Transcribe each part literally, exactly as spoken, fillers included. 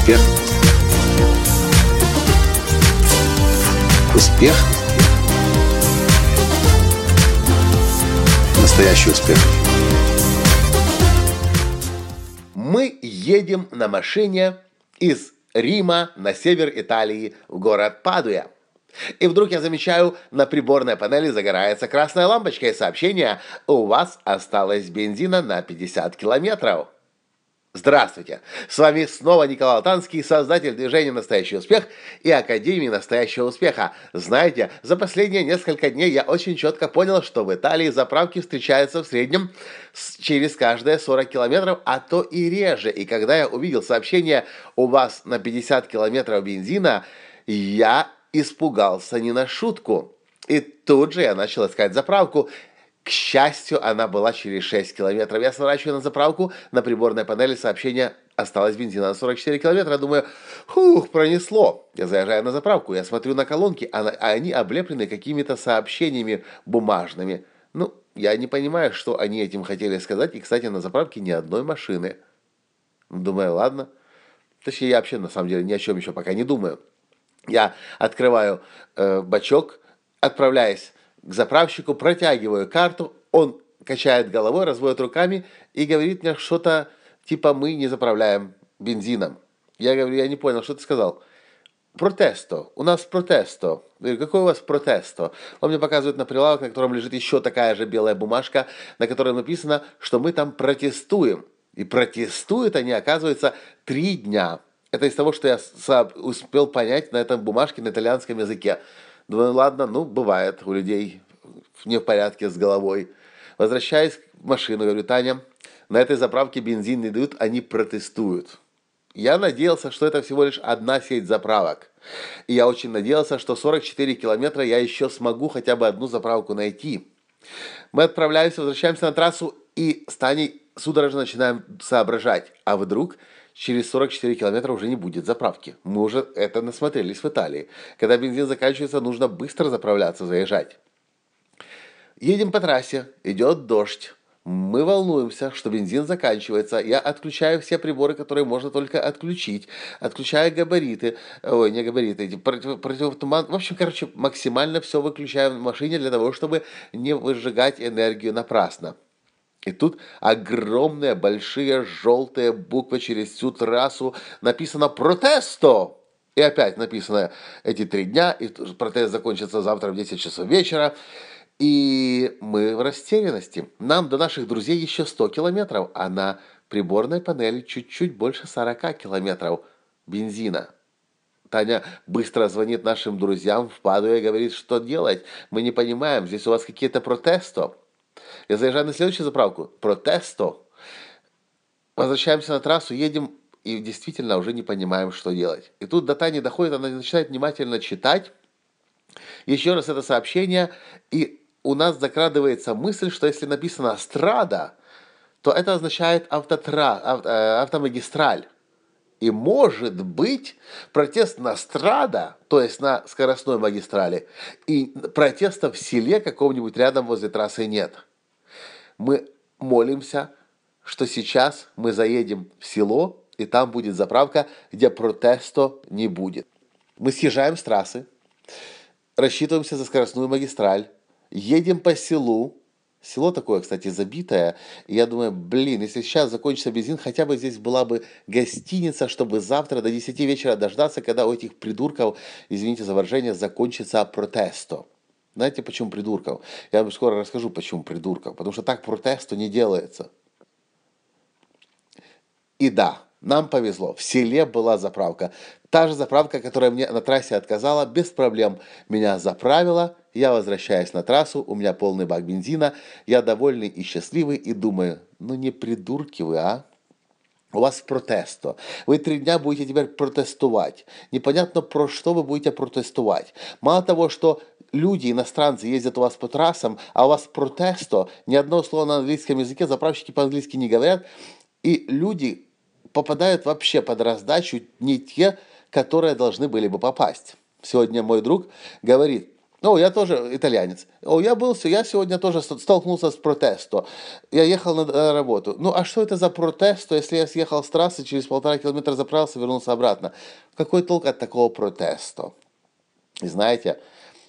Успех. Успех. Настоящий успех. Мы едем на машине из Рима на север Италии в город Падуя. И вдруг я замечаю, на приборной панели загорается красная лампочка и сообщение: у вас осталось бензина на пятьдесят километров. Здравствуйте! С вами снова Николай Алтанский, создатель движения «Настоящий успех» и Академии «Настоящего успеха». Знаете, за последние несколько дней я очень четко понял, что в Италии заправки встречаются в среднем через каждые сорок километров, а то и реже. И когда я увидел сообщение «у вас на пятьдесят километров бензина», я испугался не на шутку. И тут же я начал искать заправку. К счастью, она была через шесть километров. Я сворачиваю на заправку, на приборной панели сообщение: осталось бензина на сорок четыре километра. Думаю, хух, пронесло. Я заезжаю на заправку, я смотрю на колонки, а они облеплены какими-то сообщениями бумажными. Ну, я не понимаю, что они этим хотели сказать. И, кстати, на заправке ни одной машины. Думаю, ладно. Точнее, я вообще, на самом деле, ни о чем еще пока не думаю. Я открываю э, бачок, отправляюсь к заправщику, протягиваю карту, он качает головой, разводит руками и говорит мне что-то типа: мы не заправляем бензином. Я говорю: я не понял, что ты сказал? Протесто, у нас протесто. Я говорю: какой у вас протесто? Он мне показывает на прилавок, на котором лежит еще такая же белая бумажка, на которой написано, что мы там протестуем. И протестуют они, оказывается, три дня. Это из того, что я успел понять на этом бумажке на итальянском языке. Думаю, ладно, ну, бывает у людей не в порядке с головой. Возвращаюсь в машину, говорю: Таня, на этой заправке бензин не дают, они протестуют. Я надеялся, что это всего лишь одна сеть заправок. И я очень надеялся, что сорок четыре километра я еще смогу хотя бы одну заправку найти. Мы отправляемся, возвращаемся на трассу и с Таней судорожно начинаем соображать. А вдруг через сорок четыре километра уже не будет заправки? Мы уже это насмотрелись в Италии. Когда бензин заканчивается, нужно быстро заправляться, заезжать. Едем по трассе, идет дождь. Мы волнуемся, что бензин заканчивается. Я отключаю все приборы, которые можно только отключить. Отключаю габариты. Ой, не габариты, эти против, противотуман. В общем, короче, максимально все выключаем в машине для того, чтобы не выжигать энергию напрасно. И тут огромные, большие, желтые буквы через всю трассу написано «Протесто». И опять написано эти три дня, и протест закончится завтра в десять часов вечера. И мы в растерянности. Нам до наших друзей еще сто километров, а на приборной панели чуть-чуть больше сорок километров бензина. Таня быстро звонит нашим друзьям в Падуе и говорит: что делать? Мы не понимаем, здесь у вас какие-то протесты. Я заезжаю на следующую заправку. Протесто. Возвращаемся на трассу, едем и действительно уже не понимаем, что делать. И тут до Тани доходит, она начинает внимательно читать еще раз это сообщение, и у нас закрадывается мысль, что если написано «страда», то это означает автотра... авто... автомагистраль. И может быть протест на страда, то есть на скоростной магистрали, и протеста в селе каком-нибудь рядом возле трассы нет. Мы молимся, что сейчас мы заедем в село, и там будет заправка, где протеста не будет. Мы съезжаем с трассы, рассчитываемся за скоростную магистраль, едем по селу. Село такое, кстати, забитое. И я думаю, блин, если сейчас закончится бензин, хотя бы здесь была бы гостиница, чтобы завтра до десяти вечера дождаться, когда у этих придурков, извините за выражение, закончится протесто. Знаете, почему придурков? Я вам скоро расскажу, почему придурков. Потому что так протесту не делается. И да, нам повезло. В селе была заправка. Та же заправка, которая мне на трассе отказала, без проблем меня заправила. Я возвращаюсь на трассу, у меня полный бак бензина. Я довольный и счастливый и думаю: ну не придурки вы, а? У вас протесто. Вы три дня будете теперь протестовать. Непонятно, про что вы будете протестовать. Мало того, что люди, иностранцы, ездят у вас по трассам, а у вас протесто, ни одного слова на английском языке, заправщики по-английски не говорят, и люди попадают вообще под раздачу не те, которые должны были бы попасть. Сегодня мой друг говорит: О, я тоже итальянец. О, я был, я сегодня тоже столкнулся с протестом. Я ехал на, на работу. Ну, а что это за протест, если я съехал с трассы, через полтора километра заправился, вернулся обратно? Какой толк от такого протеста? И знаете,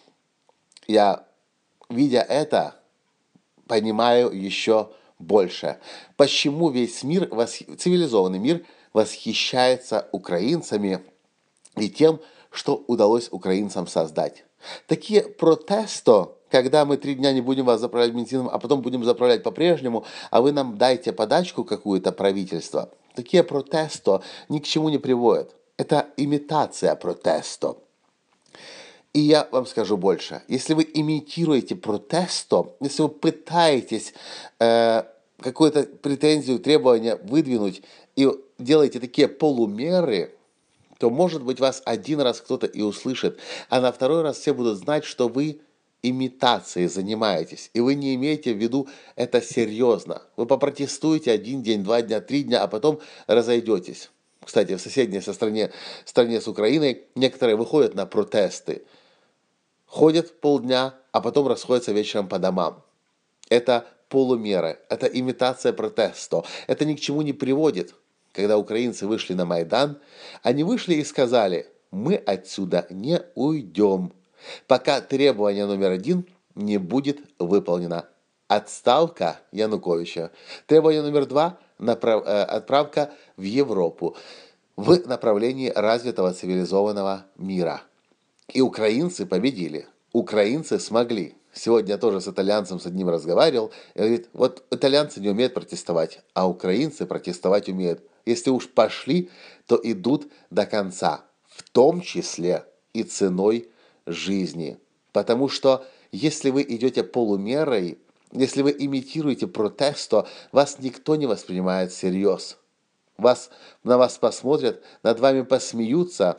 я, видя это, понимаю еще больше. Почему весь мир, цивилизованный мир, восхищается украинцами и тем, что удалось украинцам создать. Такие протесты, когда мы три дня не будем вас заправлять бензином, а потом будем заправлять по-прежнему, а вы нам дайте подачку какую-то, правительство, такие протесты ни к чему не приводят. Это имитация протеста. И я вам скажу больше. Если вы имитируете протесто, если вы пытаетесь э, какую-то претензию, требование выдвинуть и делаете такие полумеры, то, может быть, вас один раз кто-то и услышит, а на второй раз все будут знать, что вы имитацией занимаетесь, и вы не имеете в виду это серьезно. Вы попротестуете один день, два дня, три дня, а потом разойдетесь. Кстати, в соседней со стране, стране с Украиной некоторые выходят на протесты, ходят полдня, а потом расходятся вечером по домам. Это полумеры, это имитация протеста, это ни к чему не приводит. Когда украинцы вышли на Майдан, они вышли и сказали: мы отсюда не уйдем, пока требование номер один не будет выполнено. Отставка Януковича. Требование номер два – направ... отправка в Европу в направлении развитого цивилизованного мира. И украинцы победили. Украинцы смогли. Сегодня я тоже с итальянцем с одним разговаривал, и говорит: вот итальянцы не умеют протестовать, а украинцы протестовать умеют. Если уж пошли, то идут до конца, в том числе и ценой жизни. Потому что если вы идете полумерой, если вы имитируете протест, то вас никто не воспринимает всерьез. Вас, на вас посмотрят, над вами посмеются,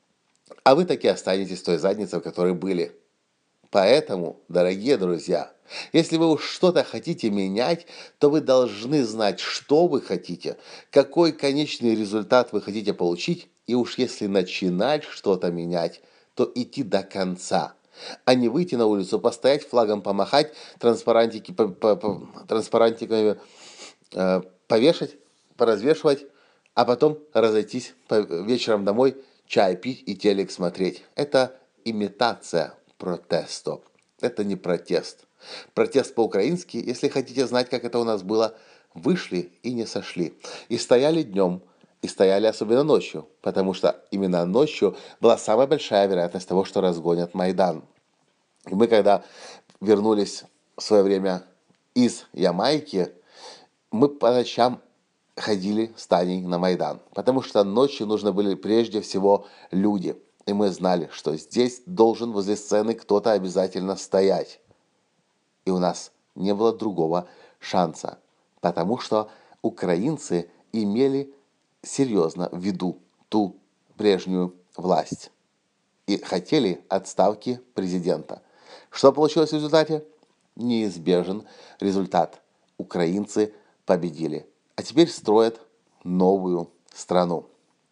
а вы таки останетесь той задницей, в которой были. Поэтому, дорогие друзья, если вы уж что-то хотите менять, то вы должны знать, что вы хотите, какой конечный результат вы хотите получить, и уж если начинать что-то менять, то идти до конца, а не выйти на улицу, постоять, флагом помахать, транспарантики, по, по, по, транспарантиками э, повешать, поразвешивать, а потом разойтись по, вечером домой, чай пить и телек смотреть. Это имитация протеста. Это не протест. Протест по-украински, если хотите знать, как это у нас было, вышли и не сошли. И стояли днем, и стояли особенно ночью, потому что именно ночью была самая большая вероятность того, что разгонят Майдан. И мы, когда вернулись в свое время из Ямайки, мы по ночам ходили с Таней на Майдан, потому что ночью нужны были прежде всего люди. И мы знали, что здесь должен возле сцены кто-то обязательно стоять. И у нас не было другого шанса, потому что украинцы имели серьезно в виду ту прежнюю власть и хотели отставки президента. Что получилось в результате? Неизбежен результат. Украинцы победили, а теперь строят новую страну.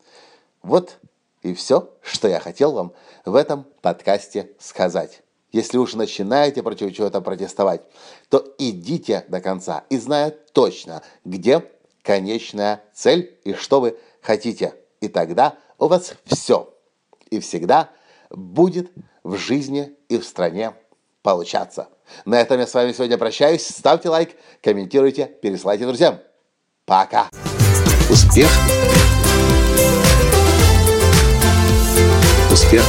Вот и все, что я хотел вам в этом подкасте сказать. Если уж начинаете против чего-то протестовать, то идите до конца и зная точно, где конечная цель и что вы хотите. И тогда у вас все и всегда будет в жизни и в стране получаться. На этом я с вами сегодня прощаюсь. Ставьте лайк, комментируйте, пересылайте друзьям. Пока! Успех! Успех!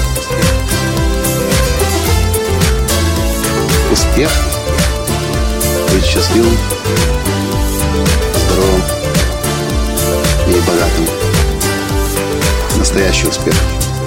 Успех! Быть счастливым, здоровым и богатым. Настоящий успех!